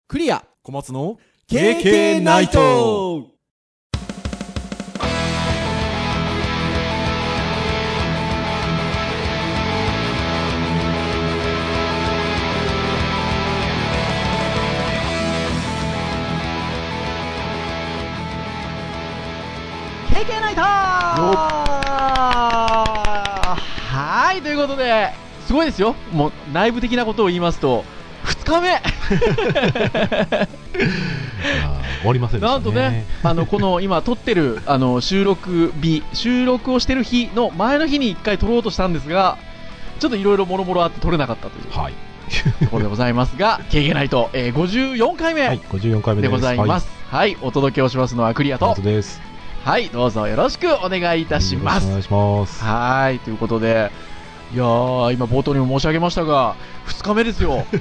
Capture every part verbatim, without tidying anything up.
クリア小松のケーケー ナイト。ケーケー ナイト。はい、ということですごいですよ。もう内部的なことを言いますとふつかめ終わりませんでしたね。 なんとね、あのこの今撮ってるあの収録日、収録をしてる日の前の日にいっかい撮ろうとしたんですが、ちょっといろいろもろもろあって撮れなかったという、はい、ところでございますが、ケーケー ナイト、えー、ごじゅうよんかいめ、 はい、ごじゅうよんかいめでございます。はい、はい、お届けをしますのはクリアとです。 はい、どうぞよろしくお願いいたします。 お願いします。 はい、ということで、いやー、今冒頭にも申し上げましたがふつかめですよ。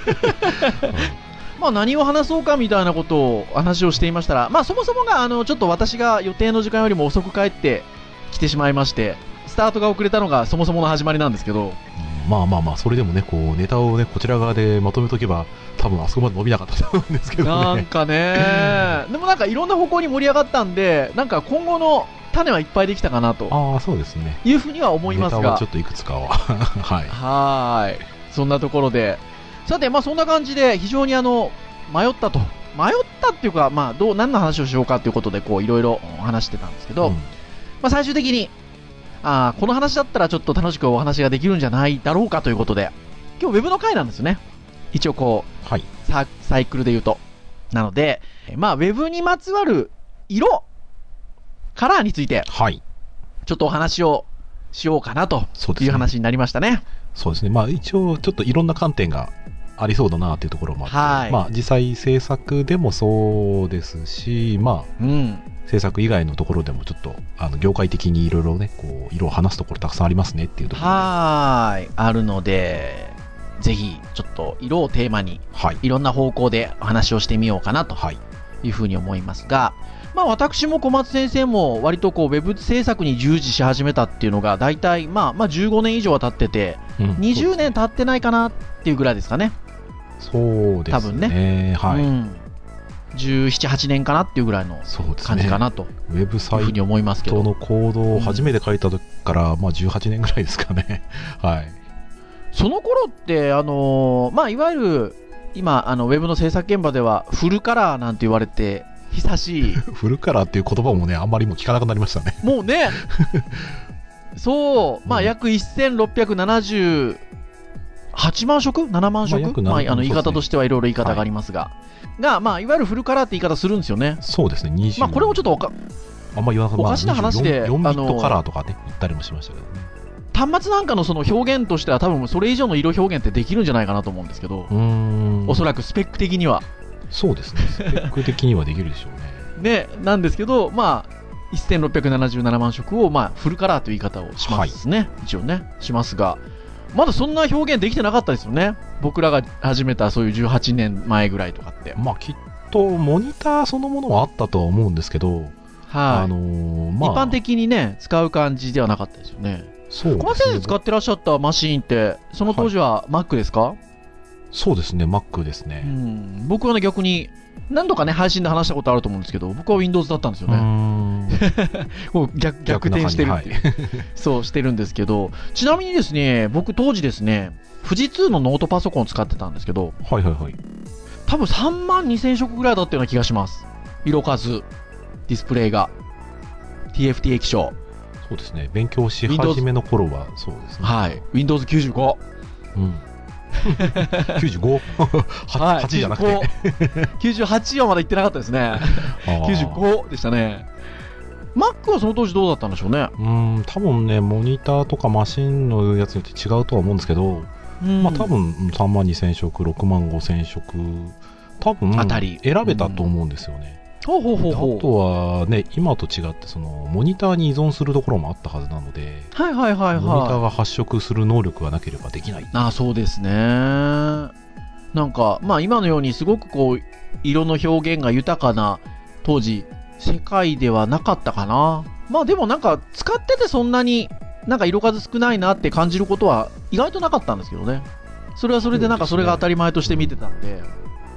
まあ何を話そうかみたいなことを話をしていましたら、まあそもそもがあのちょっと私が予定の時間よりも遅く帰ってきてしまいまして、スタートが遅れたのがそもそもの始まりなんですけど、 うん、まあまあまあそれでもね、こうネタをねこちら側でまとめとけば多分あそこまで伸びなかったと思うんですけどね。 なんかねでもなんかいろんな方向に盛り上がったんで、なんか今後の種はいっぱいできたかなと、 ああそうですね、 いうふうには思いますが、 ネタはちょっといくつかははいはい、そんなところで、さてまあそんな感じで非常にあの迷ったと迷ったっていうか、まあどう何の話をしようかということでこういろいろ話してたんですけど、うん、まあ最終的にあこの話だったらちょっと楽しくお話ができるんじゃないだろうかということで、今日ウェブの回なんですよね。一応こう、はい、サ, サイクルで言うと、なのでまあウェブにまつわる色カラーについて、はい、ちょっとお話をしようかなという話になりましたね。 そうですね。まあ一応ちょっといろんな観点がありそうだなというところもあって、はい、まあ実際制作でもそうですし、まあ、うん、制作以外のところでもちょっとあの業界的にいろいろねこう色を話すところたくさんありますねっていうところで、 はいあるので、ぜひちょっと色をテーマに、はい、いろんな方向でお話をしてみようかなというふうに思いますが、まあ、私も小松先生も割とこうウェブ制作に従事し始めたっていうのが大体、まあ、まあじゅうごねん以上は経ってて、うん、にじゅうねん経ってないかなっていうぐらいですかね。 そうですね、多分ね、はい、うん、 じゅうなな、はちねんかなっていうぐらいの感じかなと、ね、 ウェブサイトのコードを初めて書いた時から、うん、まあ、じゅうはちねんぐらいですかね。はい、 その頃ってあのーまあ、いわゆる今あのウェブの制作現場ではフルカラーなんて言われて久しいフルカラーっていう言葉もねあんまりもう聞かなくなりましたね。 もうねそう、まあ、約せんろっぴゃくななじゅうはちまんしょくななまんしょく、まあ、まあ、あの言い方としてはいろいろ言い方がありますが、はい、が、まあ、いわゆるフルカラーって言い方するんですよね。 そうですね、にじゅう、 まあ、これもちょっとおかあんま言わなかった、 おかしな話で、 よんビットカラーとかね言ったりもしましたけどね。 端末なんかのその表現としては多分それ以上の色表現ってできるんじゃないかなと思うんですけど、うーん、おそらくスペック的にはそうですね、スペック的にはできるでしょうね。 ね、なんですけど、まあ、せんろっぴゃくななじゅうななまんしょくを、まあ、フルカラーという言い方をしますね、はい、一応ね、しますが、まだそんな表現できてなかったですよね、僕らが始めたそういうじゅうはちねんまえぐらいとかって。 まあ、きっとモニターそのものはあったとは思うんですけど、はい、あのーまあ、 一般的にね、使う感じではなかったですよね。 そうですね。 小松先生使ってらっしゃったマシーンって、その当時は Mac ですか？はい、 そうですね、Mac ですね。 うん、僕はね、逆に何度かね配信で話したことあると思うんですけど、僕は Windows だったんですよね。うーんこう 逆, 逆転してるっていう、はい、そうしてるんですけど、ちなみにですね、僕当時ですね、富士ツーのノートパソコンを使ってたんですけど、 はいはいはい、 多分さんまんにせんしょくぐらいだったような気がします。色数、ディスプレイが ティーエフティー 液晶。 そうですね、勉強し始めの頃はそうですね。 はい、ウィンドウズきゅうじゅうご。 うん。きゅうじゅうご? はちじゃなくてきゅうじゅうはちはまだ行ってなかったですね。きゅうじゅうごでしたね。Mac はその当時どうだったんでしょうね。 うーん、多分ね、モニターとかマシンのやつによって違うとは思うんですけど、まあ多分さんまんにせんしょく、ろくまんごせんしょく、多分あたり選べたと思うんですよね。 ほうほうほうほう。 あとはね、今と違ってそのモニターに依存するところもあったはずなので、 はいはいはいはい、 モニターが発色する能力がなければできない。 ああ、そうですね。なんかまあ今のようにすごくこう色の表現が豊かな当時世界ではなかったかな。まあでもなんか使っててそんなになんか色数少ないなって感じることは意外となかったんですけどね。それはそれでなんかそれが当たり前として見てたので、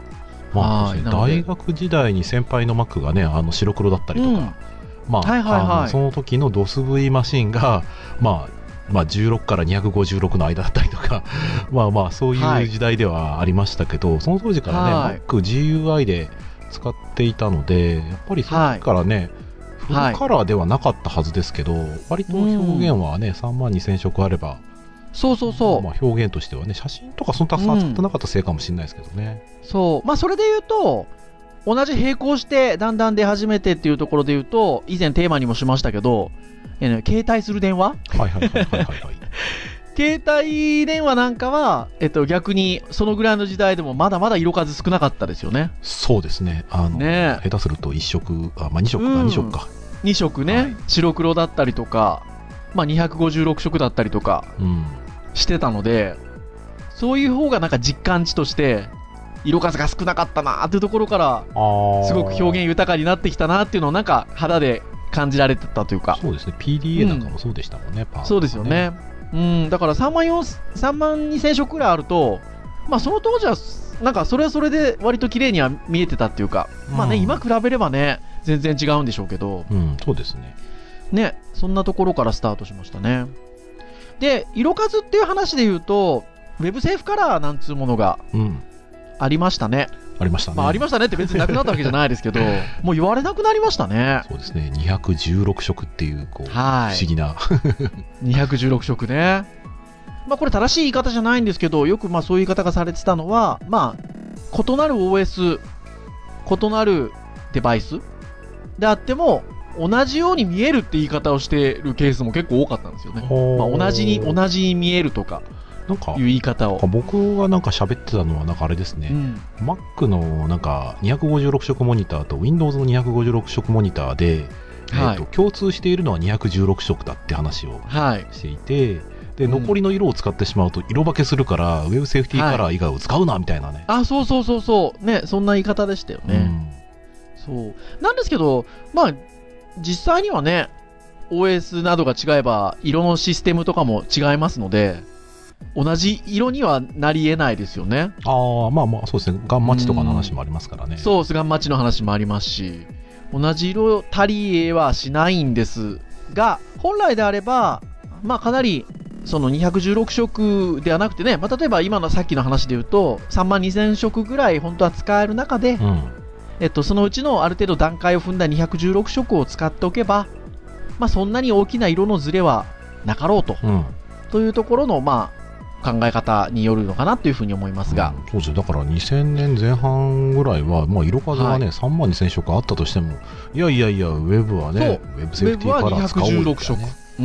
まあですね、大学時代に先輩の Mac がね、あの白黒だったりとか、うん、まあ、はいはいはい、あのその時の ドスブイ マシンが、まあ、まあ、じゅうろくからにひゃくごじゅうろくの間だったりとかまあまあそういう時代ではありましたけど、はい、その当時からね、はい、Mac ジーユーアイ で使っていたので、やっぱりその時からね、はい、フルカラーではなかったはずですけど、はい、割と表現はね、うん、さんまんにせん色あれば、 そうそうそう、 まあ、表現としてはね、写真とかそんなたくさん使ってなかったせいかもしれないですけどね、 うん、そう、まあそれで言うと同じ並行してだんだん出始めてっていうところで言うと、以前テーマにもしましたけど、えー、携帯する電話、 はいはいはいはいはい、はい、 携帯電話なんかは、えっと、逆にそのぐらいの時代でもまだまだ色数少なかったですよね。 そうですね、あのね、下手するといっ色、あ、まあ、に色か、うん、に色かに色ね、はい、白黒だったりとか、まあ、にひゃくごじゅうろく色だったりとかしてたので、うん、そういう方がなんか実感値として色数が少なかったなっていうところからすごく表現豊かになってきたなっていうのをなんか肌で感じられてたというか。 そうですね、 ピーディーエー なんかもそうでしたもんね、うん、パー、ね、 そうですよね、うん、だからさんまんにせん色くらいあると、まあ、その当時はなんかそれはそれで割と綺麗には見えてたっていうか、うん、まあね、今比べればね全然違うんでしょうけど、 うん、そうですね。 ね、そんなところからスタートしましたね。で、色数っていう話で言うと、ウェブセーフカラーなんつうものがありましたね。 うん、ありましたね。 まあ、ありましたねって別になくなったわけじゃないですけど、もう言われなくなりましたね。 そうですね、にひゃくじゅうろく色っていう、こう、はい、不思議な。 にひゃくじゅうろく色ね。まあ、これ正しい言い方じゃないんですけど、よくまあそういう言い方がされてたのは、まあ、異なる オーエス、異なるデバイスであっても、同じように見えるって言い方をしてるケースも結構多かったんですよね。まあ、同じに同じに見えるとかいう言い方を。 僕がなんか喋ってたのはなんかあれですね、うん、Mac のなんかにひゃくごじゅうろく色モニターと Windows のにひゃくごじゅうろく色モニターで、はい、えーと共通しているのはにひゃくじゅうろく色だって話をしていて、はい、で残りの色を使ってしまうと色化けするから、うん、ウェブセーフティーカラー以外を使うなみたいなね、 はい、あ、そうそうそうそうね、そんな言い方でしたよね、うん、そうなんですけど、まあ実際にはね オーエス などが違えば色のシステムとかも違いますので、同じ色にはなり得ないですよね。 ああ、まあまあそうですね、ガンマッチとかの話もありますからね、うん、 そう、ガンマッチの話もありますし、同じ色足りはしないんですが、本来であればまあかなりそのにひゃくじゅうろく色ではなくてね、まあ、例えば今のさっきの話で言うとさんまんにせん色ぐらい本当は使える中で、うん、えっと、そのうちのある程度段階を踏んだにひゃくじゅうろく色を使っておけば、まあ、そんなに大きな色のズレはなかろうと、うん、というところの、まあ、考え方によるのかなというふうに思いますが、 うん、そうです。だからにせんねんぜん半ぐらいは、まあ、色数がね、はい、さんまんにせん色あったとしても、いやいやいやウェブはね、ウェブセーフティーカラー使おうみたいなね、ウェブはにひゃくじゅうろく色、うん、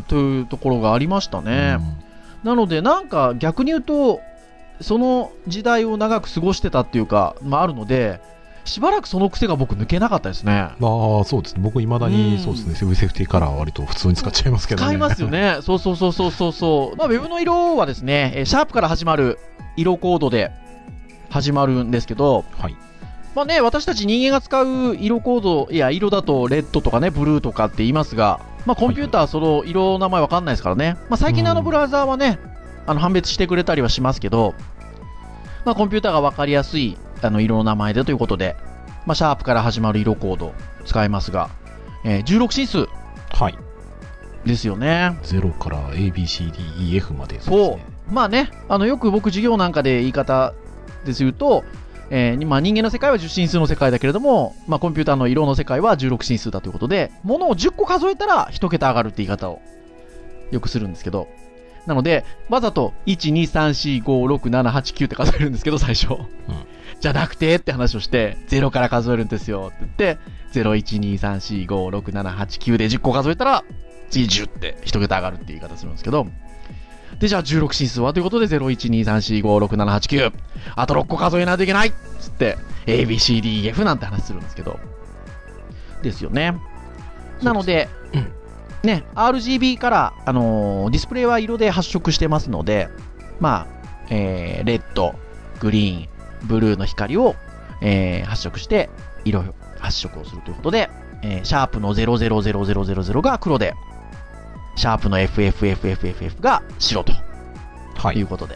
というところがありましたね、うん、なのでなんか逆に言うとその時代を長く過ごしてたっていうか、まあ、あるのでしばらくその癖が僕抜けなかったですね。ああ、そうですね。僕いまだにそうですね、ウェブセーフティーカラーは割と普通に使っちゃいますけどね。 使いますよね。そうそうそうそうそうそう。まあウェブの色はですね、シャープから始まる色コードで始まるんですけど、はい。まあね、私たち人間が使う色コード、いや色だとレッドとかね、ブルーとかって言いますが、まあコンピューターはその色の名前わかんないですからね。まあ最近のあのブラウザーはね、あの判別してくれたりはしますけど、まあコンピューターがわかりやすいあの色の名前でということで。まあ、シャープから始まる色コード使いますが、えー、じゅうろく進数ですよね。 ゼロから エービーシーディーイーエフ までですね。 そう。まあね、あのよく僕授業なんかで言い方です言うと、えーまあ、人間の世界はじゅう進数の世界だけれども、まあ、コンピューターの色の世界はじゅうろく進数だということで、ものをじゅっこ数えたらいち桁上がるって言い方をよくするんですけど、なのでわざといち、に、さん、よん、ご、ろく、なな、はち、きゅうって数えるんですけど最初、うん、じゃなくてって話をしてゼロから数えるんですよって言ってゼロ、いち、に、さん、よん、ご、ろく、なな、はち、きゅうでじゅっこ数えたら次じゅうっていち桁上がるって言い方するんですけど、でじゃあじゅうろく進数はということでゼロ、いち、に、さん、よん、ご、ろく、なな、はち、きゅうあとろっこ数えないといけないっつって エービーシーディーイーエフ なんて話するんですけどですよね。なので、うんね、アールジービー から、あのー、ディスプレイは色で発色してますので、まあ、えー、レッド、グリーン、ブルーの光を、えー、発色して、色発色をするということで、えー、シャープのゼロゼロゼロゼロゼロゼロが黒で、シャープの エフエフエフエフエフエフ が白と、はい、いうことで、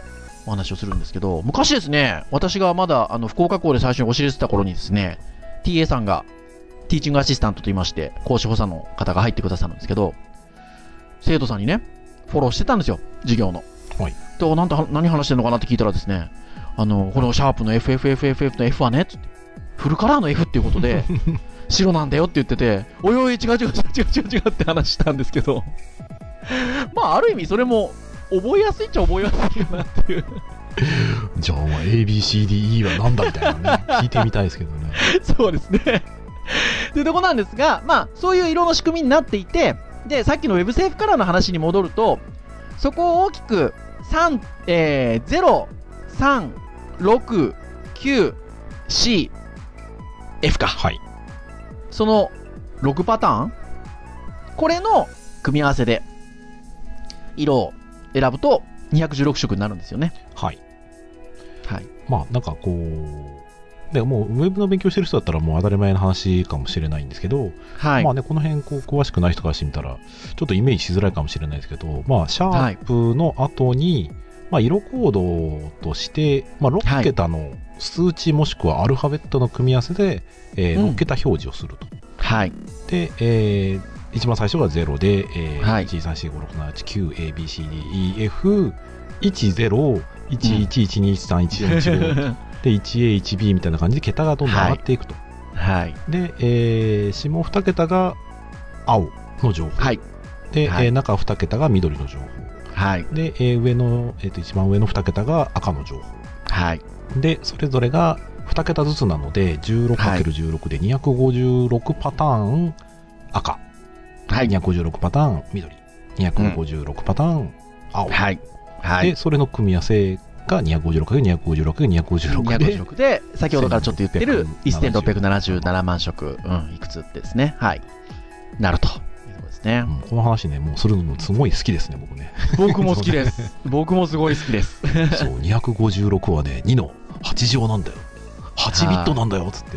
お話をするんですけど、昔ですね、私がまだあの福岡校で最初に教えてた頃にですね、ティーエー さんがティーチングアシスタントと言いまして、講師補佐の方が入ってくださるんですけど、生徒さんにね、フォローしてたんですよ、授業の。はい。で、なんて何話してるのかなって聞いたらですね、あの、このシャープの エフエフエフエフエフ の F はね、つって、フルカラーの F っていうことで、白なんだよって言ってて、おいおい、違う違う違う違う違うって話したんですけど、まあ、ある意味それも、覚えやすいっちゃ覚えやすいかなっていう。 じゃあ、まあ、エービーシーディーイー はなんだみたいなね、聞いてみたいですけどね。 そうですね。というとこなんですが、まあ、そういう色の仕組みになっていて、で、さっきの Web セーフカラーの話に戻ると、そこを大きくさん、えー、ゼロ、さん、ろく、きゅう、シー、エフ か。 はい。 そのろくパターン、これの組み合わせで色を選ぶとにひゃくじゅうろく色になるんですよね。 はい。 はい。 まあ、なんかこう、でもうウェブの勉強してる人だったらもう当たり前の話かもしれないんですけど、はい、まあね、この辺こう詳しくない人からしてみたらちょっとイメージしづらいかもしれないですけど、まあシャープの後に、はい、まあ、色コードとして、まあ、ろっ桁の数値もしくはアルファベットの組み合わせで、えー、ろっ桁表示をすると。 はい。 で、えー、一番最初がゼロで、えーはい、いち、に、さん、よん、ご、ろく、なな、はち、きゅう、エー、ビー、シー、ディー、イー、エフ、いち、ゼロ、いち、いち、いち、に、いち、さん、いち、よん、いち、ごで いちエー、いちビー みたいな感じで桁がどんどん上がっていくと。 はい。 で、えー、下に桁が青の情報。はい。で、はい、えー、中に桁が緑の情報。 はい。 で、えー、上の、えーと、一番上のに桁が赤の情報。 はい。 で、それぞれがに桁ずつなので、じゅうろくかけるじゅうろく でにひゃくごじゅうろくパターン赤。はい。にひゃくごじゅうろくパターン緑。にひゃくごじゅうろくパターン青。 はい。はい。 で、それの組み合わせが にひゃくごじゅうろくかけるにひゃくごじゅうろくかけるにひゃくごじゅうろく で。にひゃくごじゅうろくで、 先ほどからちょっと言ってるせんろっぴゃくななじゅうななまん色。うん、いくつですね。はい。なると。ね、 うん、この話ね、もうするのもすごい好きですね、僕ね。 僕も好きです。僕もすごい好きです。 そう、にひゃくごじゅうろくはね、にのはち乗なんだよ。はちビットなんだよ、つって。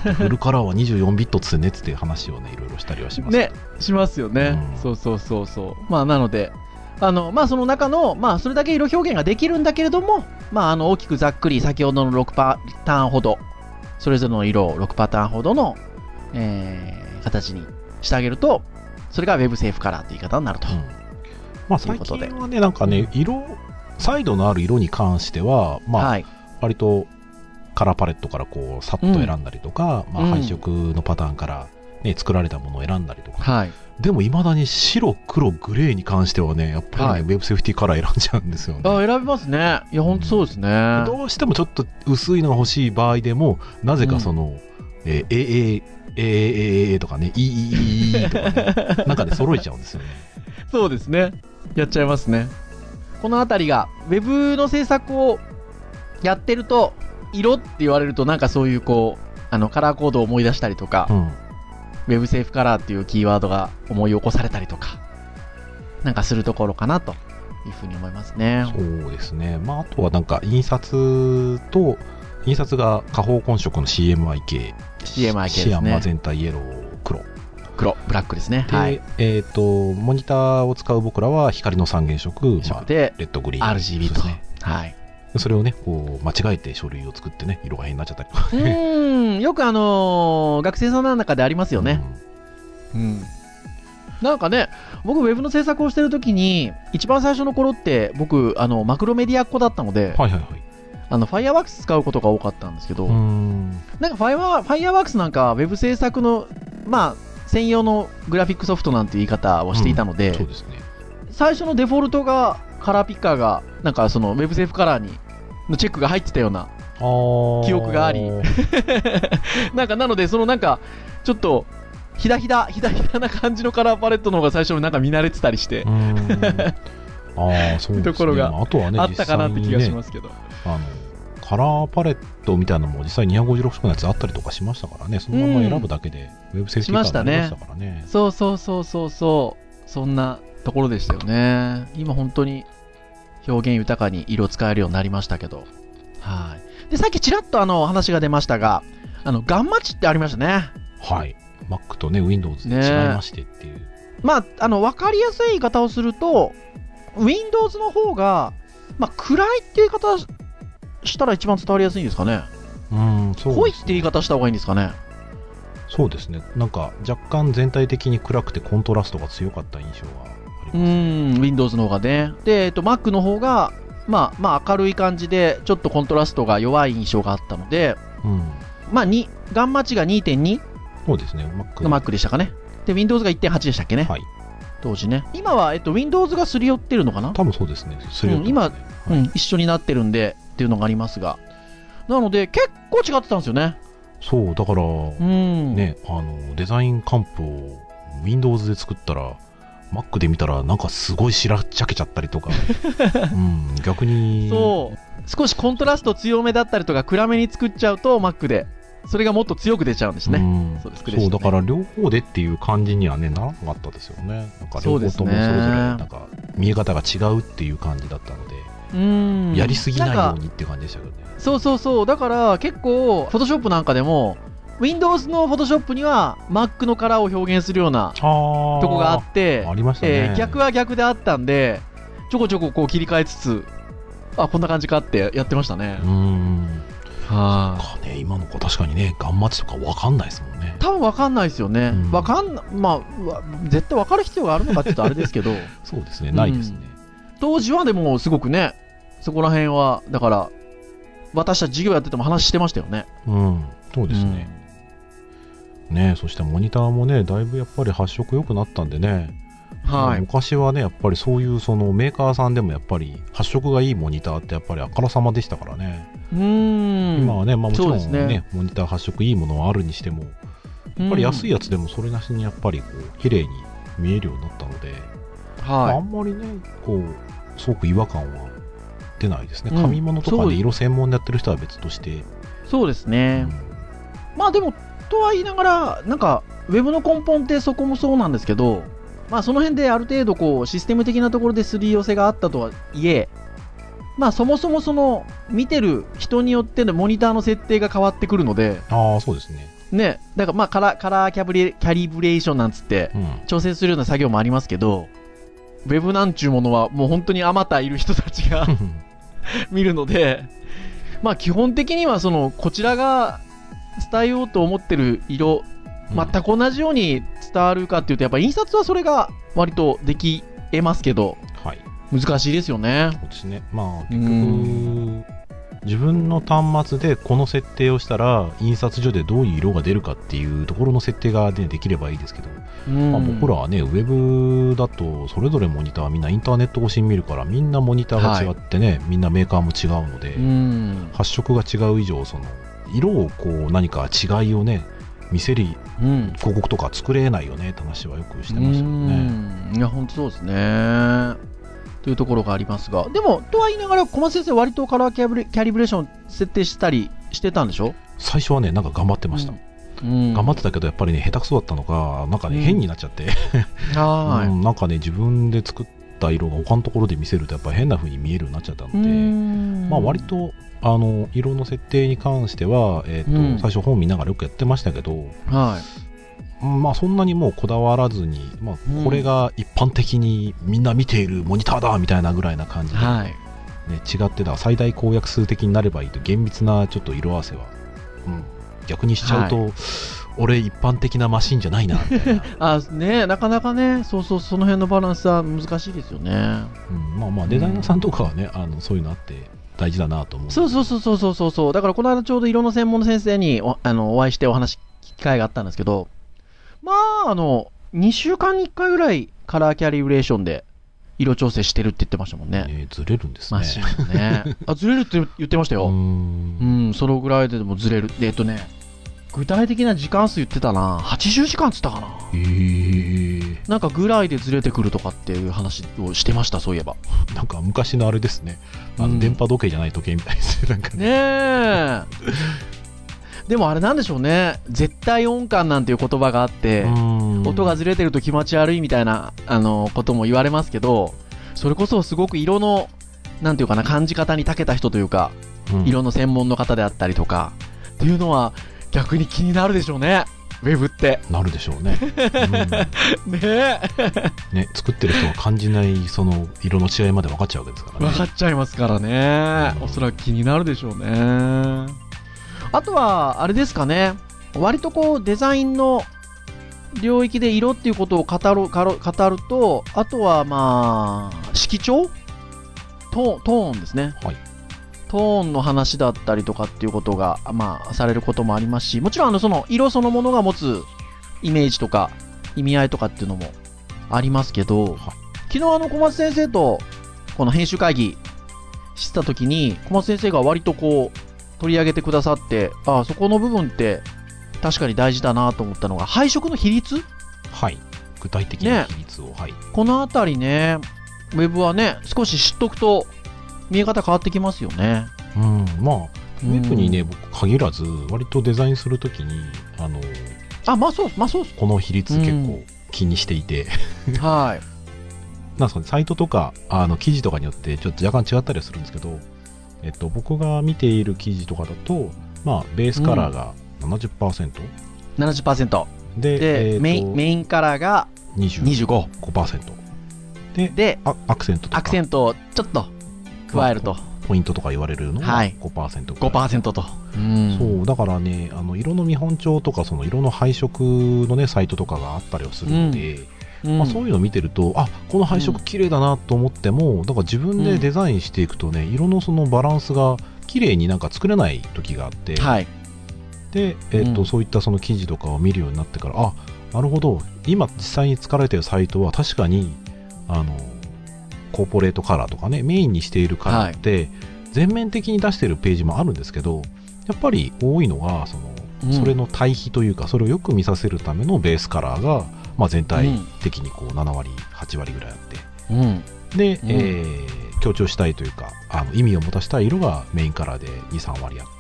フルカラーはにじゅうよんビットつってね、つって話をね、いろいろしたりはしますね。しますよね、うん。そうそうそうそう。まあ、なので、あの、まあ、その中の、まあ、それだけ色表現ができるんだけれども、まあ、あの、大きくざっくり、先ほどのろくパターンほど、それぞれの色をろくパターンほどの、えー、形にしてあげると、それが Web セーフカラーという言い方になると。うん、 まあ、最近はね、なんかね、色、サイドのある色に関しては、まあ、はい、割とカラーパレットからこう、さっと選んだりとか、うん、まあ、配色のパターンから、ね、作られたものを選んだりとか。はい、でも、いまだに白、黒、グレーに関してはね、やっぱりね、はい、Web セーフティーカラー選んじゃうんですよね。 あ、選びますね。いや、本当そうですね、うん。 どうしてもちょっと薄いのが欲しい場合でも、なぜかその、うん、えー、エーエー、えー、えー、とかね、イーイーイーとかね、なんかで揃えちゃうんですよね。 そうですね。やっちゃいますね。このあたりが、ウェブの制作をやってると、色って言われると、なんかそういうこう、あの、カラーコードを思い出したりとか、うん、ウェブセーフカラーっていうキーワードが思い起こされたりとか、なんかするところかなというふうに思いますね。 そうですね。まあ、あとはなんか、印刷と、印刷が下方混色の シーエムアイ 系。 シーエムアイ 系ですね。 シアンマゼンタイエロー黒。 黒、ブラックですね。 で、はい、えっ、ー、と、モニターを使う僕らは光の三原色、 まあ、で、 レッドグリーン。 アールジービー と。ね、はい。 それをね、こう、間違えて書類を作ってね、色が変になっちゃったりとか。 うん、よくあのー、学生さんの中でありますよね。うん。うん、なんかね、僕、ウェブの制作をしてるときに、一番最初の頃って、僕、あの、マクロメディアっ子だったので、 はいはいはい。 あの、ファイアワークス使うことが多かったんですけど、うん、なんかファイア、ファイアワークスなんか、ウェブ制作の、まあ、専用のグラフィックソフトなんていう言い方をしていたので、うん、そうですね。最初のデフォルトが、カラーピッカーが、なんかその、ウェブセーフカラーに、のチェックが入ってたような、記憶があり、なんか、なので、そのなんか、ちょっと、ひだひだ、ひだひだな感じのカラーパレットの方が最初になんか見慣れてたりして、 ああ、そうですね。 ところがあとはね、 あったかなって気がしますけど。 あのカラーパレットみたいなのも実際にひゃくごじゅうろく色のやつあったりとかしましたからね、そのまま選ぶだけでウェブセーフティーカーになりましたからね。 そうそうそうそうそう、そんなところでしたよね。今本当に表現豊かに色使えるようになりましたけど。はい。で、さっきちらっとあの話が出ましたが、あのガンマ値ってありましたね。 はい。Mac とね Windows で違いましてっていう。ね、 まああの分かりやすい言い方をすると、Windows の方がまあ、暗いって言い方したら一番伝わりやすいんですかね。 うん、そうですね。 濃いって言い方した方がいいんですかね。 そうですね。なんか若干全体的に暗くてコントラストが強かった印象があります。 うん、Windows の方がね。で、えっと、Mac の方が、まあ、まあ、明るい感じで、ちょっとコントラストが弱い印象があったので、 うん、 まあ、にガンマ値が にてんにそうですね。 の Mac でしたかね。で、Windows が いってんはち でしたっけね。 はい。 当時ね。今は、えっと、Windows がすり寄ってるのかな。 多分そうですね。すり寄ってますね。 うん、今、はい、うん、一緒になってるんで、っていうのがありますが。なので、結構違ってたんですよね。 そう、だから、 うん、 ね、あの、デザインカンプを Windows で作ったら、Mac で見たらなんかすごいしらっちゃけちゃったりとか、うん、逆にそう少しコントラスト強めだったりとか暗めに作っちゃうと Mac でそれがもっと強く出ちゃうんですね。 うん、そうですね。そうだから両方でっていう感じにはねならなかったですよね。なんか両方ともそれぞれなんか見え方が違うっていう感じだったので、うん、やりすぎないようにっていう感じでしたけどね。 そうそうそう、だから結構 Photoshop なんかでもWindows の Photoshop には Mac のカラーを表現するようなとこがあってありましたね、 えー、逆は逆であったんでちょこちょここう切り替えつつあこんな感じかってやってましたね。 うーんはあ、ね、今の子確かにねガンマ値とか分かんないですもんね。 多分分かんないですよね。分かんなまあ絶対分かる必要があるのかって言うとあれですけどそうですねないですね、 うん、当時はでもすごくねそこら辺はだから私たち授業やってても話してましたよね。 うんそうですね、うんね、そしてモニターもねだいぶやっぱり発色良くなったんでね、はい、昔はねやっぱりそういうそのメーカーさんでもやっぱり発色がいいモニターってやっぱりあからさまでしたからね。 うーん今はね、まあ、もちろん ね, ねモニター発色いいものはあるにしてもやっぱり安いやつでもそれなしにやっぱりこう綺麗に見えるようになったので、はいまあ、あんまりねこうすごく違和感は出ないですね。紙物とかで色専門でやってる人は別として、 そうですね、うん、まあでもとは言いながらなんかウェブの根本ってそこもそうなんですけど、まあその辺である程度こうシステム的なところですり寄せがあったとはいえ、まあそもそもその見てる人によってのモニターの設定が変わってくるので、 ああそうですね。 ね、だからまあカラー、カラーキャブリ、キャリブレーションなんつって調整するような作業もありますけど、うん、ウェブなんちゅうものはもう本当にあまたいる人たちが見るので、まあ基本的にはそのこちらが伝えようと思ってる色、全く同じように伝わるかっていうとやっぱ印刷はそれが割とでき得ますけど、はい、難しいですよね。 そうですね。まあ結局自分の端末でこの設定をしたら印刷所でどういう色が出るかっていうところの設定が、ね、できればいいですけど、まあ、僕らはねウェブだとそれぞれモニターみんなインターネット越しに見るからみんなモニターが違ってね、はい、みんなメーカーも違うので発色が違う以上その色をこう何か違いをね見せる広告とか作れないよねって話はよくしてますよね。 うん、いや本当そうですねというところがありますが、でもとは言いながら小松先生割とカラーキャブリ、キャリブレーション設定したりしてたんでしょ。 最初はねなんか頑張ってました、うん、頑張ってたけどやっぱりね下手くそだったのかなんかね、うん、変になっちゃって、はい、うん、なんかね自分で作った色が他のところで見せるとやっぱり変な風に見えるようになっちゃったので、まあ割とあの色の設定に関しては、えーとうん、最初本見ながらよくやってましたけど、はい、まあそんなにもうこだわらずに、まあ、これが一般的にみんな見ているモニターだみたいなぐらいな感じで、はいね、違ってた最大公約数的になればいいと厳密なちょっと色合わせは、うん、逆にしちゃうと、はい、俺一般的なマシンじゃないなみたいなあ、ね、なかなかねそうそうその辺のバランスは難しいですよね、 うん、まあまあデザイナーさんとかはね、うん、あのそういうのあって大事だなと思う。 そうそうそうそうそうそうだからこの間ちょうど色の専門の先生に お, あのお会いしてお話聞く機会があったんですけど、まああのにしゅうかんにいっかいぐらいカラーキャリブレーションで色調整してるって言ってましたもんね。 えー、ずれるんですね。マシンねあずれるって言ってましたよ。うーんうんそのぐらいでもずれる。でえっとね具体的な時間数言ってたなはちじゅうじかんっつったかな。 へーなんかぐらいでずれてくるとかっていう話をしてました。そういえばなんか昔のあれですねあの、うん、電波時計じゃない時計みたいですなんか ね, ねえでもあれなんでしょうね絶対音感なんていう言葉があって音がずれてると気持ち悪いみたいなあのことも言われますけど、それこそすごく色のなんていうかな感じ方に長けた人というか、うん、色の専門の方であったりとかっていうのは逆に気になるでしょうね。 ウェブってなるでしょうね、うん、ねえね、作ってる人が感じないその色の違いまで分かっちゃうわけですからね。 分かっちゃいますからね、うん、おそらく気になるでしょうね。あとはあれですかね、割とこうデザインの領域で色っていうことを語る、語ると、あとはまあ色調トーン、トーンですね、 はい、 トーンの話だったりとかっていうことが、まあ、されることもありますし、もちろんあのその色そのものが持つイメージとか意味合いとかっていうのもありますけど、はい、昨日あの小松先生とこの編集会議してた時に小松先生が割とこう取り上げてくださって、ああそこの部分って確かに大事だなと思ったのが配色の比率、 はい、具体的な比率を、ね、はい、 このあたりね、ウェブはね少し知っとくと見え方変わってきますよね。 うん、まあウェブにね、うん、僕限らず割とデザインするときにあのあまあそうまあそうこの比率結構気にしていて、うん、はいなんかサイトとかあの記事とかによってちょっと若干違ったりはするんですけど、えっと、僕が見ている記事とかだと、まあ、ベースカラーが ななじゅっパーセント、うん、 ななじゅっパーセント で, で、えー、メ, インメインカラーが にじゅうごパーセント で, でアクセントとかアクセントをちょっと加えると、まあ、 ポイントとか言われるのが ごパーセントごパーセント と、 うん、そうだからね、あの色の見本帳とかその色の配色のねサイトとかがあったりはするので、うんまあ、そういうのを見てると、あこの配色綺麗だなと思っても、だから自分でデザインしていくとね、色のそのバランスが綺麗になんか作れない時があって、はい、で、えーとうん、そういったその記事とかを見るようになってから、あなるほど、今実際に使われているサイトは確かにあのコーポレートカラーとかねメインにしているカラーって全面的に出しているページもあるんですけど、やっぱり多いのがその、うん、それの対比というかそれをよく見させるためのベースカラーが、まあ、全体的にこうななわりはちわりぐらいあって、うん、で、うんえー、強調したいというかあの意味を持たせたい色がメインカラーで にさんわりあって、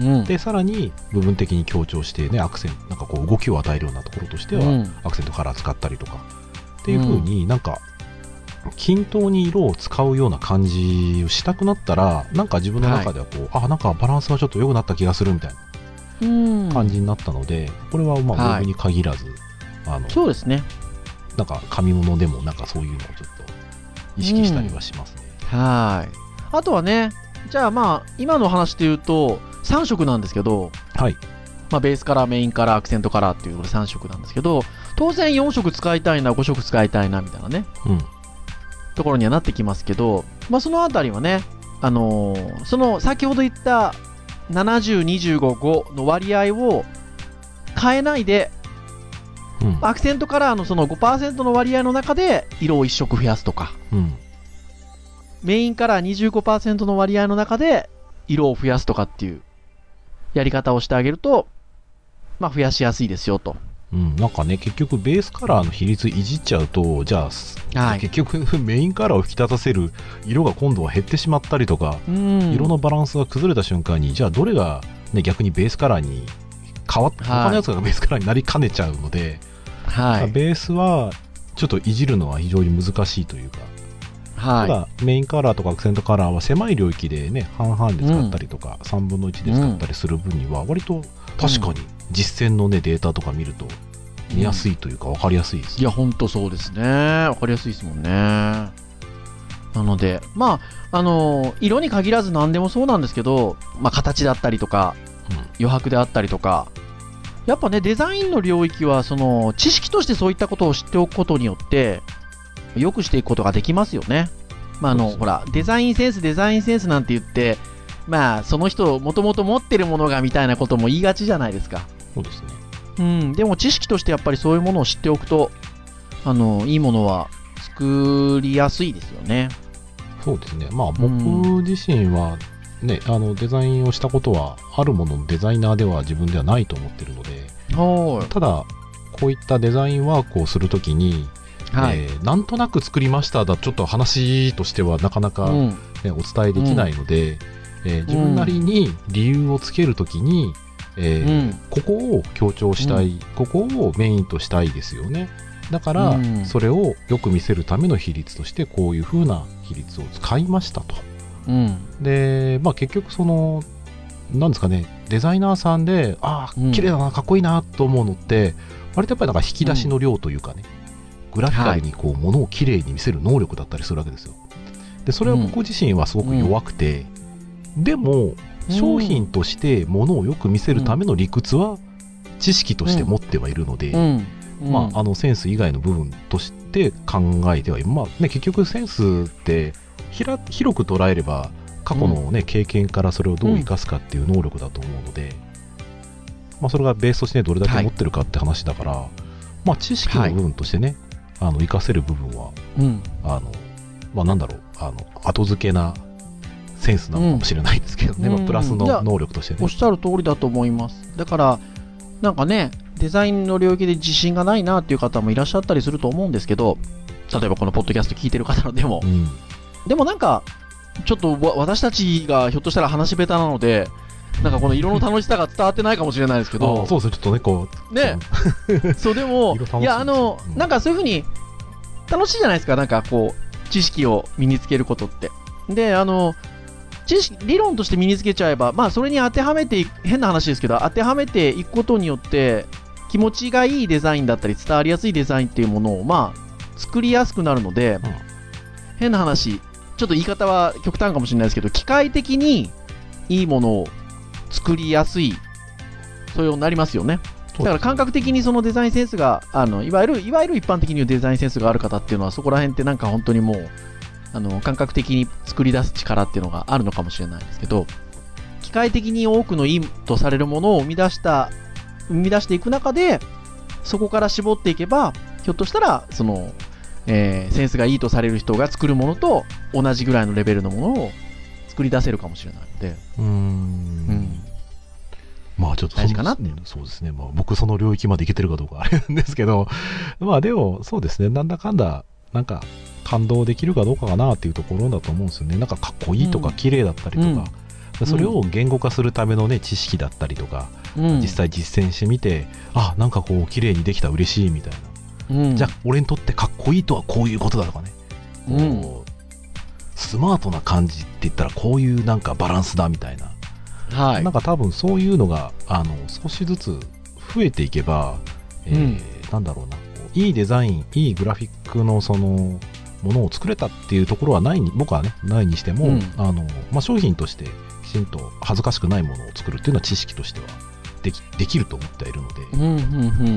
うん、でさらに部分的に強調して、ね、アクセントなんかこう動きを与えるようなところとしては、うん、アクセントカラー使ったりとかっていう風になんか均等に色を使うような感じをしたくなったら、なんか自分の中ではこう、はい、あなんかバランスがちょっと良くなった気がするみたいな感じになったので、これはまあウェブに限らず、はい、あのそうですね、 なんか紙物でもなんかそういうのをちょっと意識したりはしますね。 うん、はい。あとはね、じゃあまあ今の話で言うとさん色なんですけど、はい。まあ、ベースカラー、メインカラー、アクセントカラーっていうさん色なんですけど、当然よん色使いたいな、ご色使いたいなみたいなね。うん。ところにはなってきますけど、まあ、そのあたりはね、あのー、その先ほど言ったななじゅう、にじゅうご、ごの割合を変えないで、うん、アクセントカラーのその ごパーセント の割合の中で色をいち色増やすとか、うん、メインカラー にじゅうごパーセント の割合の中で色を増やすとかっていうやり方をしてあげると、まあ、増やしやすいですよと。 うん、なんかね結局ベースカラーの比率いじっちゃうとじゃあ、はい、結局メインカラーを引き立たせる色が今度は減ってしまったりとか、うん、色のバランスが崩れた瞬間にじゃあどれが、ね、逆にベースカラーに変わって、はい、他のやつがベースカラーになりかねちゃうので、はい、ベースはちょっといじるのは非常に難しいというか、はい、ただメインカラーとかアクセントカラーは狭い領域でね半々で使ったりとか、うん、さんぶんのいちで使ったりする分には割と確かに実践の、ね、データとか見ると見やすいというか分かりやすいです、ね、 いや本当そうですね、分かりやすいですもんね。なのでまああの色に限らず何でもそうなんですけど、まあ、形だったりとか、うん、余白であったりとかやっぱねデザインの領域はその知識としてそういったことを知っておくことによって良くしていくことができますよね。まああのほらデザインセンスデザインセンスなんて言ってまあその人もともと持ってるものがみたいなことも言いがちじゃないですか。 そうですね。 うん、でも知識としてやっぱりそういうものを知っておくとあのいいものは作りやすいですよね。 そうですね。まあ僕自身はね、うん、あのデザインをしたことはあるもののデザイナーでは自分ではないと思ってるので、はい、ただこういったデザインワークをするときに、はいえー、なんとなく作りましただちょっと話としてはなかなか、ねうん、お伝えできないので、うんえー、自分なりに理由をつけるときに、えーうん、ここを強調したい、うん、ここをメインとしたいですよね。だから、うん、それをよく見せるための比率としてこういう風な比率を使いましたと、うん、で、まあ、結局そのなんですかねデザイナーさんでああ綺麗だな、かっこいいなと思うのって割とやっぱりなんか引き出しの量というかね、うん、グラフィカルにこうものを綺麗に見せる能力だったりするわけですよ。でそれは僕自身はすごく弱くて、うん、でも商品としてものをよく見せるための理屈は知識として持ってはいるので、うんうん、まあ、あのセンス以外の部分として考えてはいる、まあね、結局センスってひら広く捉えれば過去の、ね、うん、経験からそれをどう生かすかっていう能力だと思うので、まあ、それがベースとして、ね、どれだけ持ってるかって話だから、はい、まあ、知識の部分としてね、はい、あの生かせる部分は、うん、あのまあ、なんだろう、あの後付けなセンスなのかもしれないですけどね、うん、まあ、プラスの能力としてね、 おっしゃる通りだと思います。だからなんかね、デザインの領域で自信がないなっていう方もいらっしゃったりすると思うんですけど、例えばこのポッドキャスト聞いてる方でも、うん、でもなんかちょっと私たちがひょっとしたら話下手なので、なんかこの色の楽しさが伝わってないかもしれないですけど、 そうですね、ちょっとね、こうねそうでもいや、あの、うん、なんかそういう風に楽しいじゃないですか、なんかこう知識を身につけることって。で、あの知識理論として身につけちゃえば、まあそれに当てはめていく、変な話ですけど、当てはめていくことによって気持ちがいいデザインだったり伝わりやすいデザインっていうものをまあ作りやすくなるので、うん、変な話、ちょっと言い方は極端かもしれないですけど、機械的にいいものを作りやすい、そういうようになりますよね。だから感覚的にそのデザインセンスが、あのいわゆるいわゆる一般的に言うデザインセンスがある方っていうのは、そこら辺ってなんか本当にもうあの感覚的に作り出す力っていうのがあるのかもしれないですけど、機械的に多くのいいとされるものを生み出した生み出していく中で、そこから絞っていけば、ひょっとしたらその、えー、センスがいいとされる人が作るものと同じぐらいのレベルのものを作り出せるかもしれないので、うーん、うん、 まあちょっと大事かなって。 そうですね、まあ、僕その領域までいけてるかどうかあれなんですけど、まあでもそうですね、なんだかんだなんか感動できるかどうかかなっていうところだと思うんですよね。なんかかっこいいとか綺麗だったりとか、うん、それを言語化するためのね知識だったりとか、うん、実際実践してみて、あ、なんかこう綺麗にできた、嬉しいみたいな、うん、じゃあ俺にとってかっこいいとはこういうことだとかね、うん、スマートな感じって言ったらこういうなんかバランスだみたいな、はい、なんか多分そういうのがあの少しずつ増えていけば、えーうん、なんだろうな、いいデザイン、いいグラフィックのそのものを作れたっていうところはないに、僕はねないにしても、うん、あのまあ、商品としてきちんと恥ずかしくないものを作るっていうのは知識としてはでき、できると思っているので、うんうんうん、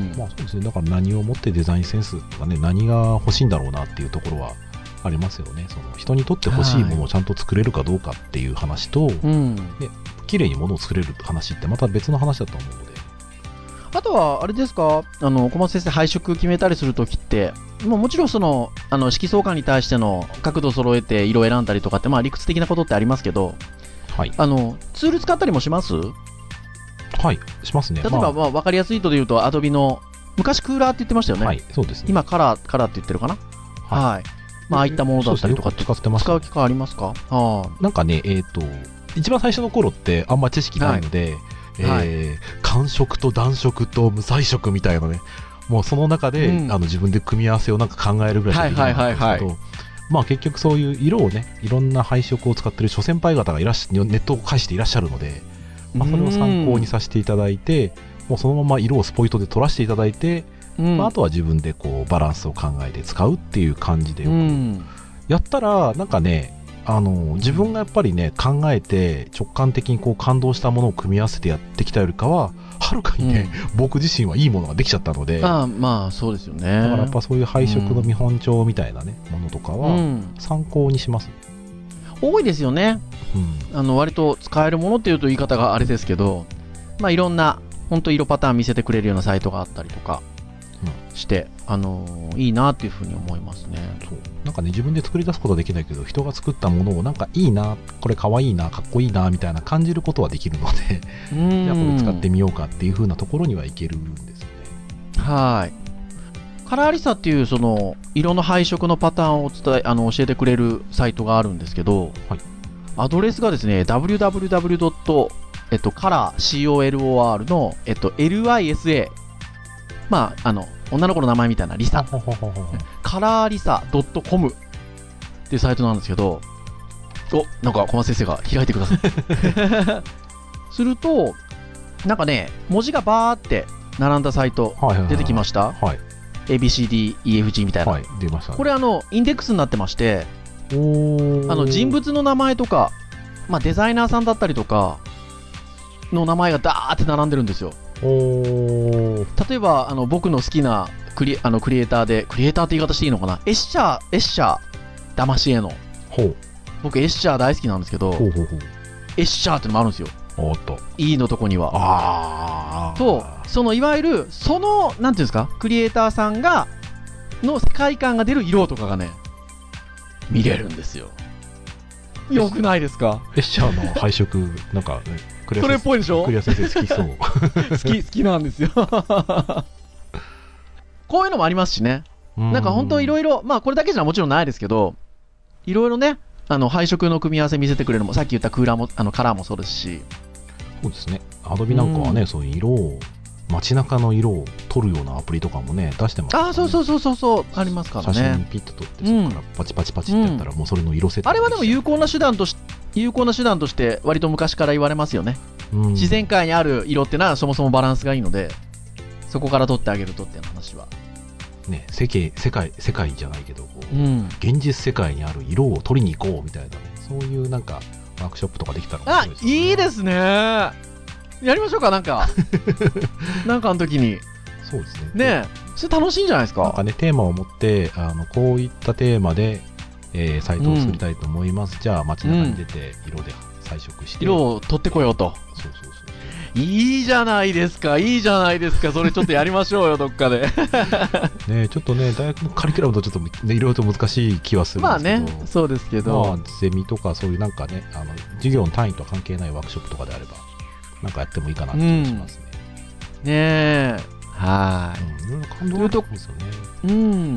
まあそうですね、だから何をもってデザインセンスとかね、何が欲しいんだろうなっていうところはありますよね。その人にとって欲しいものをちゃんと作れるかどうかっていう話と、はい、ね、綺麗にものを作れる話ってまた別の話だと思うので。 あとはあれですか、あの小松先生、配色決めたりするときって、もうもちろんそのあの色相関に対しての角度を揃えて色を選んだりとかって、まあ、理屈的なことってありますけど、はい、あのツール使ったりもします？ はい、しますね。 例えば、まあまあ、分かりやすいとで言うと、アドビの昔クーラーって言ってましたよね。 はい、そうですね。 今カラーカラーって言ってるかな。はい、はい、まあ、ああいったものだったりとかって使ってます、ね、使う機会ありますか？あ、 なんかね、えっと一番最初の頃ってあんま知識ないので、はい、えーはい、寒色と暖色と無彩色みたいなね、もうその中で、うん、あの自分で組み合わせをなんか考えるぐらいしかできなかったんですけど、まあ結局そういう色をね、いろんな配色を使ってる諸先輩方がいらっしネットを介していらっしゃるので、まあ、それを参考にさせていただいて、もうそのまま色をスポイトで取らせていただいて、うん、まあ、あとは自分でこうバランスを考えて使うっていう感じでよくやったら、なんかね、あの自分がやっぱりね考えて直感的にこう感動したものを組み合わせてやってきたよりかははるかにね、うん、僕自身はいいものができちゃったので、 あ、まあそうですよね。 だからやっぱそういう配色の見本帳みたいなね、うん、ものとかは参考にします、 うん、多いですよね、うん、あの割と使えるものっていうと言い方があれですけど、まあいろんな本当色パターン見せてくれるようなサイトがあったりとかして、うん、あのー、いいなっていうふうに思いますね。 そうなんかね、自分で作り出すことはできないけど、人が作ったものをなんかいいな、これかわいいな、かっこいいなみたいな感じることはできるので、じゃあこれ使ってみようかっていう風なところにはいけるんですよね。 はい。カラーリサっていうその色の配色のパターンを伝えあの教えてくれるサイトがあるんですけど、はい、アドレスがですね ダブリューダブリューダブリュードットカラー コローの、えっと、エルアイエスエー、まああの女の子の名前みたいなリサカラーリサ .com っていうサイトなんですけど、お、なんか小松先生が開いてくださいするとなんかね、文字がバーって並んだサイト出てきました。 はい。 エービーシーディーイーエフジー みたいな。 はい、出ましたね。 これあのインデックスになってまして、おあの人物の名前とか、まあ、デザイナーさんだったりとかの名前がダーって並んでるんですよ。お例えばあの僕の好きなクリ、あのクリエイターで、クリエイターって言い方していいのかな、エッシャー、エッシャー、ダマシエの。ほう。僕エッシャー大好きなんですけど、ほうほうほう、エッシャーってのもあるんですよ。おっと。E のとこには。ああ。と、そのいわゆる、その、なんていうんですか、クリエイターさんが、の世界観が出る色とかがね、見れるんですよ。よくないですか？ エッシャーの配色、なんか、ね、 クリアそれっぽいでしょ？ クリア先生好きそう。 好き、好きなんですよ。こういうのもありますしね。なんか本当いろいろ、まあこれだけじゃもちろんないですけど、いろいろね、あの配色の組み合わせ見せてくれるのも、さっき言ったクーラーも、あのカラーもそうですし。 そうですね。アドビなんかはね、うん、そういう色を、街中の色を撮るようなアプリとかもね、出してますからね。 ああ、そうそうそうそうそう、ありますからね。 写真ピッと撮って、そこからパチパチパチってやったら、もうそれの色設定、 うん、あれはでも有効な手段とし、有効な手段として、割と昔から言われますよね。うん、自然界にある色ってのはそもそもバランスがいいので、そこから撮ってあげるとっていう話は。 ね、世界、世界、世界じゃないけど、こう、うん、現実世界にある色を撮りに行こうみたいなね、そういうなんか、ワークショップとかできたら面白いですね。 あ、いいですね。やりましょうか、なんか。なんかの時に。 そうですね。 ねえ、それ楽しいんじゃないですか。 なんかね、テーマを持って、あの、こういったテーマで、えー、サイトを作りたいと思います。うん、じゃあ、街中に出て、色で彩色して。 色を取ってこようと。そうそうそう。いいじゃないですか、いいじゃないですか、それちょっとやりましょうよ、どっかで。 ね、ちょっとね、大学のカリキュラムとちょっと、ね、いろいろと難しい気はするんですけど、まあね、 そうですけど、 まあ、ゼミとかそういうなんかね、あの授業の単位とは関係ないワークショップとかであれば、なんかやってもいいかなって気がしますね。 うん、ねえ、はい。 いろいろ感動があるんですよね。 うん、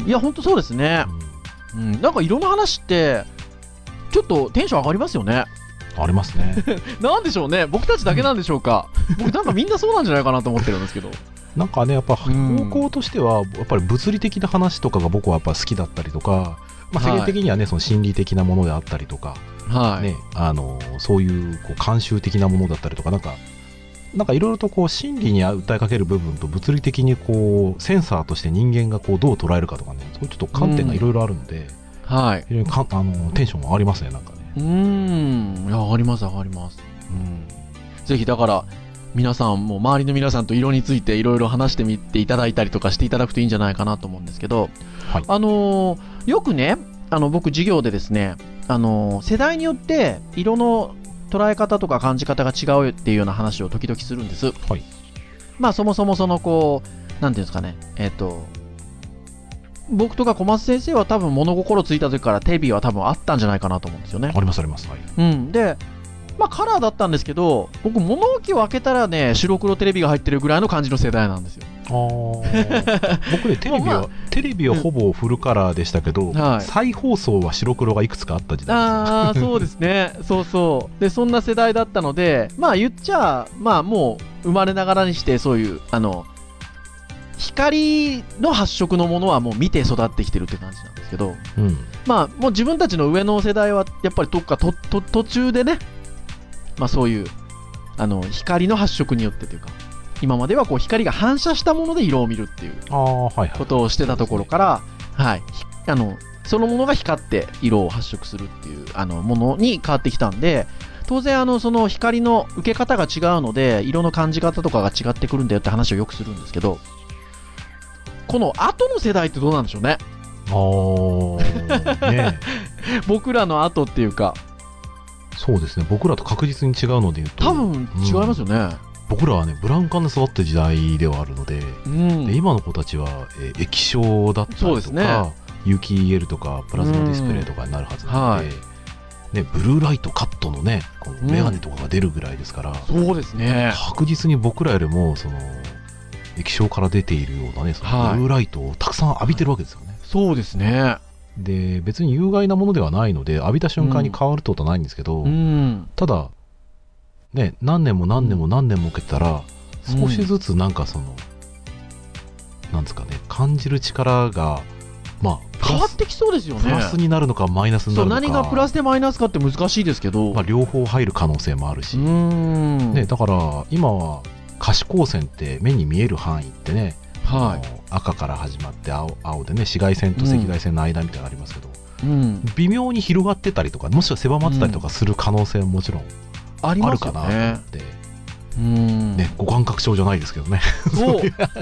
いや、本当そうですね。うん、うん、なんかいろんな話って、ちょっとテンション上がりますよね。 ありますね。 なんでしょうね、僕たちだけなんでしょうか。僕なんかみんなそうなんじゃないかなと思ってるんですけど。 なんかね、やっぱ方向としては、やっぱり物理的な話とかが僕はやっぱ好きだったりとか、まあ、世間的にはね、その心理的なものであったりとか、はい、ね、あのそういうこう慣習的なものだったりとか、なんか、なんかいろいろとこう心理に訴えかける部分と物理的にこうセンサーとして人間がこうどう捉えるかとかね、そういうちょっと観点がいろいろあるんで、はい、非常にかあのテンションが上がりますね、なんかね。 うーん、いや、上がります上がります。うん、ぜひだから皆さんも周りの皆さんと色についていろいろ話してみていただいたりとかしていただくといいんじゃないかなと思うんですけど、はい、あのー、よくね、あの僕授業でですね、あのー、世代によって色の捉え方とか感じ方が違うっていうような話を時々するんです。はい、まあそもそもそのこうなんていうんですかね、えっと僕とか小松先生は多分物心ついた時からテレビは多分あったんじゃないかなと思うんですよね。 ありますあります。はい、 うん、で、まあカラーだったんですけど、僕物置を開けたらね、白黒テレビが入ってるぐらいの感じの世代なんですよ。あ僕ね、テレビは、まあ、テレビはほぼフルカラーでしたけど、うん、はい、再放送は白黒がいくつかあった時代ですよ。 ああ、そうですね。そうそう。で、そんな世代だったので、まあ言っちゃ、まあもう生まれながらにしてそういう、あの、光の発色のものはもう見て育ってきてるって感じなんですけど、うん、まあもう自分たちの上の世代はやっぱりどっかとと途中でね、まあそういうあの光の発色によってというか、今まではこう光が反射したもので色を見るっていうことをしてたところから、はい、あのそのものが光って色を発色するっていうあのものに変わってきたんで、当然あのその光の受け方が違うので色の感じ方とかが違ってくるんだよって話をよくするんですけど、この後の世代ってどうなんでしょうね。あーね僕らの後っていうか、 そうですね、僕らと確実に違うのでいうと多分違いますよね、うん、 僕らはねブラウン管で育った時代ではあるので、うん、で今の子たちは、えー、液晶だったりとか、ね、有機 イーエル とかプラズマディスプレイとかになるはずなので、うん、はいね、ブルーライトカットのねこのメガネとかが出るぐらいですから、 うん、そうですね、 確実に僕らよりもその液晶から出ているようなね、そのブルーライトをたくさん浴びてるわけですよね。はい、 そうですね。 で、別に有害なものではないので、浴びた瞬間に変わるってことはないんですけど、うん、ただ、ね、何年も何年も何年も受けたら、うん、少しずつなんかその、なんですかね、感じる力が、まあ、 変わってきそうですよね。 プラスになるのかマイナスになるのか。 そう、何がプラスでマイナスかって難しいですけど、 まあ、両方入る可能性もあるし、うん、ね、だから今は可視光線って目に見える範囲ってね、 はい、 赤から始まって 青, 青でね紫外線と赤外線の間みたいなのありますけど、 うん、 微妙に広がってたりとかもしくは狭まってたりとかする可能性ももちろんあるかなと思って、 うん、 ね、五感覚症じゃないですけどね。 そう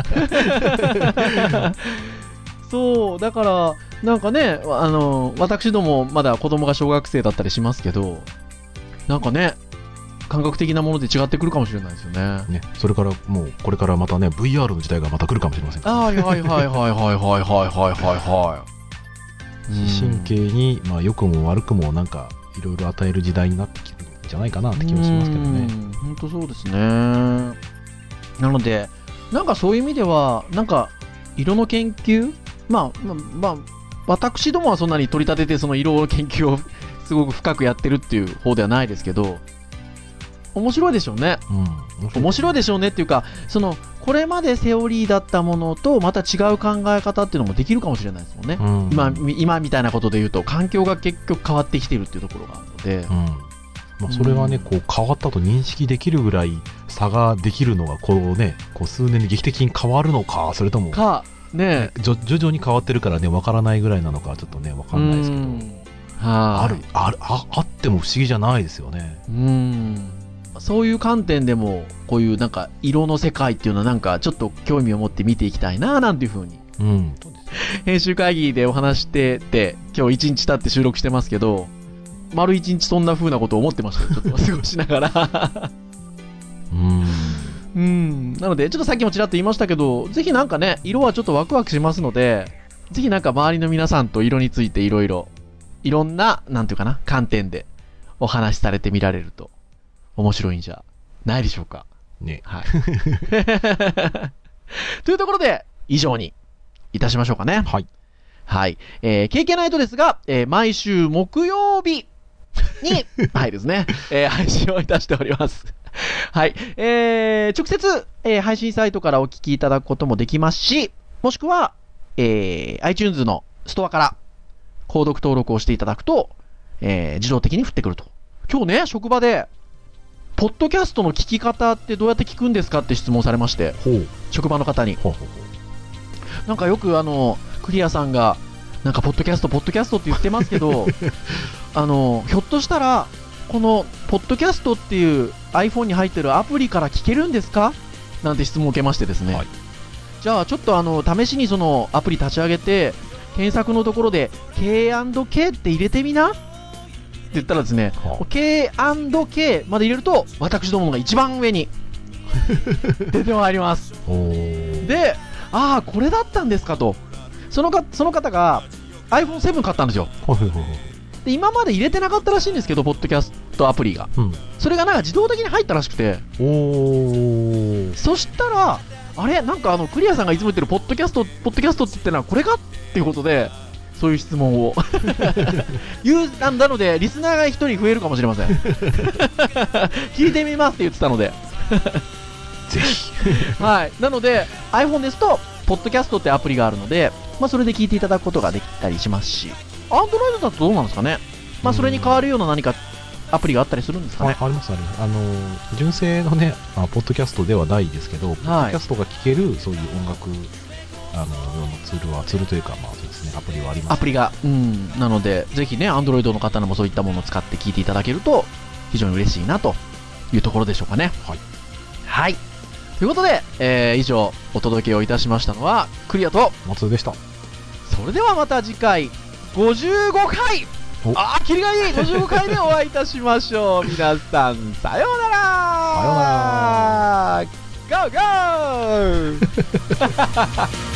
そうだからなんかね、あの私どもまだ子供が小学生だったりしますけど、なんかね感覚的なもので違ってくるかもしれないですよ ね, ねそれからもうこれからまたね ブイアール の時代がまた来るかもしれませんから、 ね、はいはいはいはいはいはいはいはいはい神経に、まあ、良くも悪くもなんかいろいろ与える時代になってきてるんじゃないかなって気もしますけどね。 本当そうですね。なのでなんかそういう意味ではなんか色の研究、まあまあ、まあ、私どもはそんなに取り立ててその色の研究をすごく深くやってるっていう方ではないですけど、面白いでしょうね、うん、面白いでしょうねっていうか、そのこれまでセオリーだったものとまた違う考え方っていうのもできるかもしれないですもんね、うん、今, 今みたいなことで言うと環境が結局変わってきてるっていうところがあるので、うんまあ、それがね、こう変わったと認識できるぐらい差ができるのがこう、ね、こう数年で劇的に変わるのか、それともか、ね、 徐々に変わってるからね分からないぐらいなのかちょっとね分かんないですけど、はあるある あ, あっても不思議じゃないですよね。 うんそういう観点でもこういうなんか色の世界っていうのはなんかちょっと興味を持って見ていきたいななんていう風に、うん、編集会議でお話してて今日一日経って収録してますけど、丸一日そんな風なことを思ってましたよ、ちょっと過ごしながらうんうんなのでちょっとさっきもちらっと言いましたけど、ぜひなんかね色はちょっとワクワクしますので、ぜひなんか周りの皆さんと色についていろいろいろんななんていうかな観点でお話しされてみられると面白いんじゃないでしょうかね。 はいというところで以上にいたしましょうかね。 はい。 はい。えー、ケーケーナイトですが、えー、毎週木曜日に、はいですね、えー、配信をいたしております。はい。えー、直接、えー、配信サイトからお聞きいただくこともできますし、もしくは、えー、iTunes のストアから、購読登録をしていただくと、えー、自動的に降ってくると。今日ね、職場で、ポッドキャストの聞き方ってどうやって聞くんですかって質問されまして、 ほう職場の方に。 ほうほうほうなんかよくあの、クリアさんが、なんかポッドキャスト、ポッドキャストって言ってますけど、あの、ひょっとしたら、この、ポッドキャストっていう iPhone に入ってるアプリから聞けるんですかなんて質問を受けましてですね。はい、じゃあちょっとあの、試しにそのアプリ立ち上げて、検索のところで ケーアンドケー って入れてみなって言ったらですね、はあ、ケーアンドケー まで入れると私どもが一番上に出てまいりますで、ああこれだったんですかと。そのかその方が アイフォンセブン 買ったんですよで今まで入れてなかったらしいんですけどポッドキャストアプリが、うん、それがなんか自動的に入ったらしくて、おそしたらあれなんかあのクリアさんがいつも言ってるポッドキャストポッドキャストって言ってるのはこれかっていうことでそういう質問を言うなのでリスナーが一人増えるかもしれません聞いてみますって言ってたのでぜひはいなので iPhone ですとポッドキャストってアプリがあるので、まあ、それで聞いていただくことができたりしますし Android だとどうなんですかね、まあ、それに代わるような何かアプリがあったりするんですかね。 あ, ありますあります。あの純正のねあポッドキャストではないですけど、はい、ポッドキャストが聴けるそういう音楽あのツールはツールというかまあそうですねアプリはあります。 アプリがうんなのでぜひね Android の方もそういったものを使って聞いていただけると非常に嬉しいなというところでしょうかね。 はい。 はい。ということで、えー、以上お届けをいたしましたのはクリアと松でした。 それではまた次回ごじゅうごかいあーキリがいいごじゅうごかいでお会いいたしましょう皆さんさようならさようならゴーゴー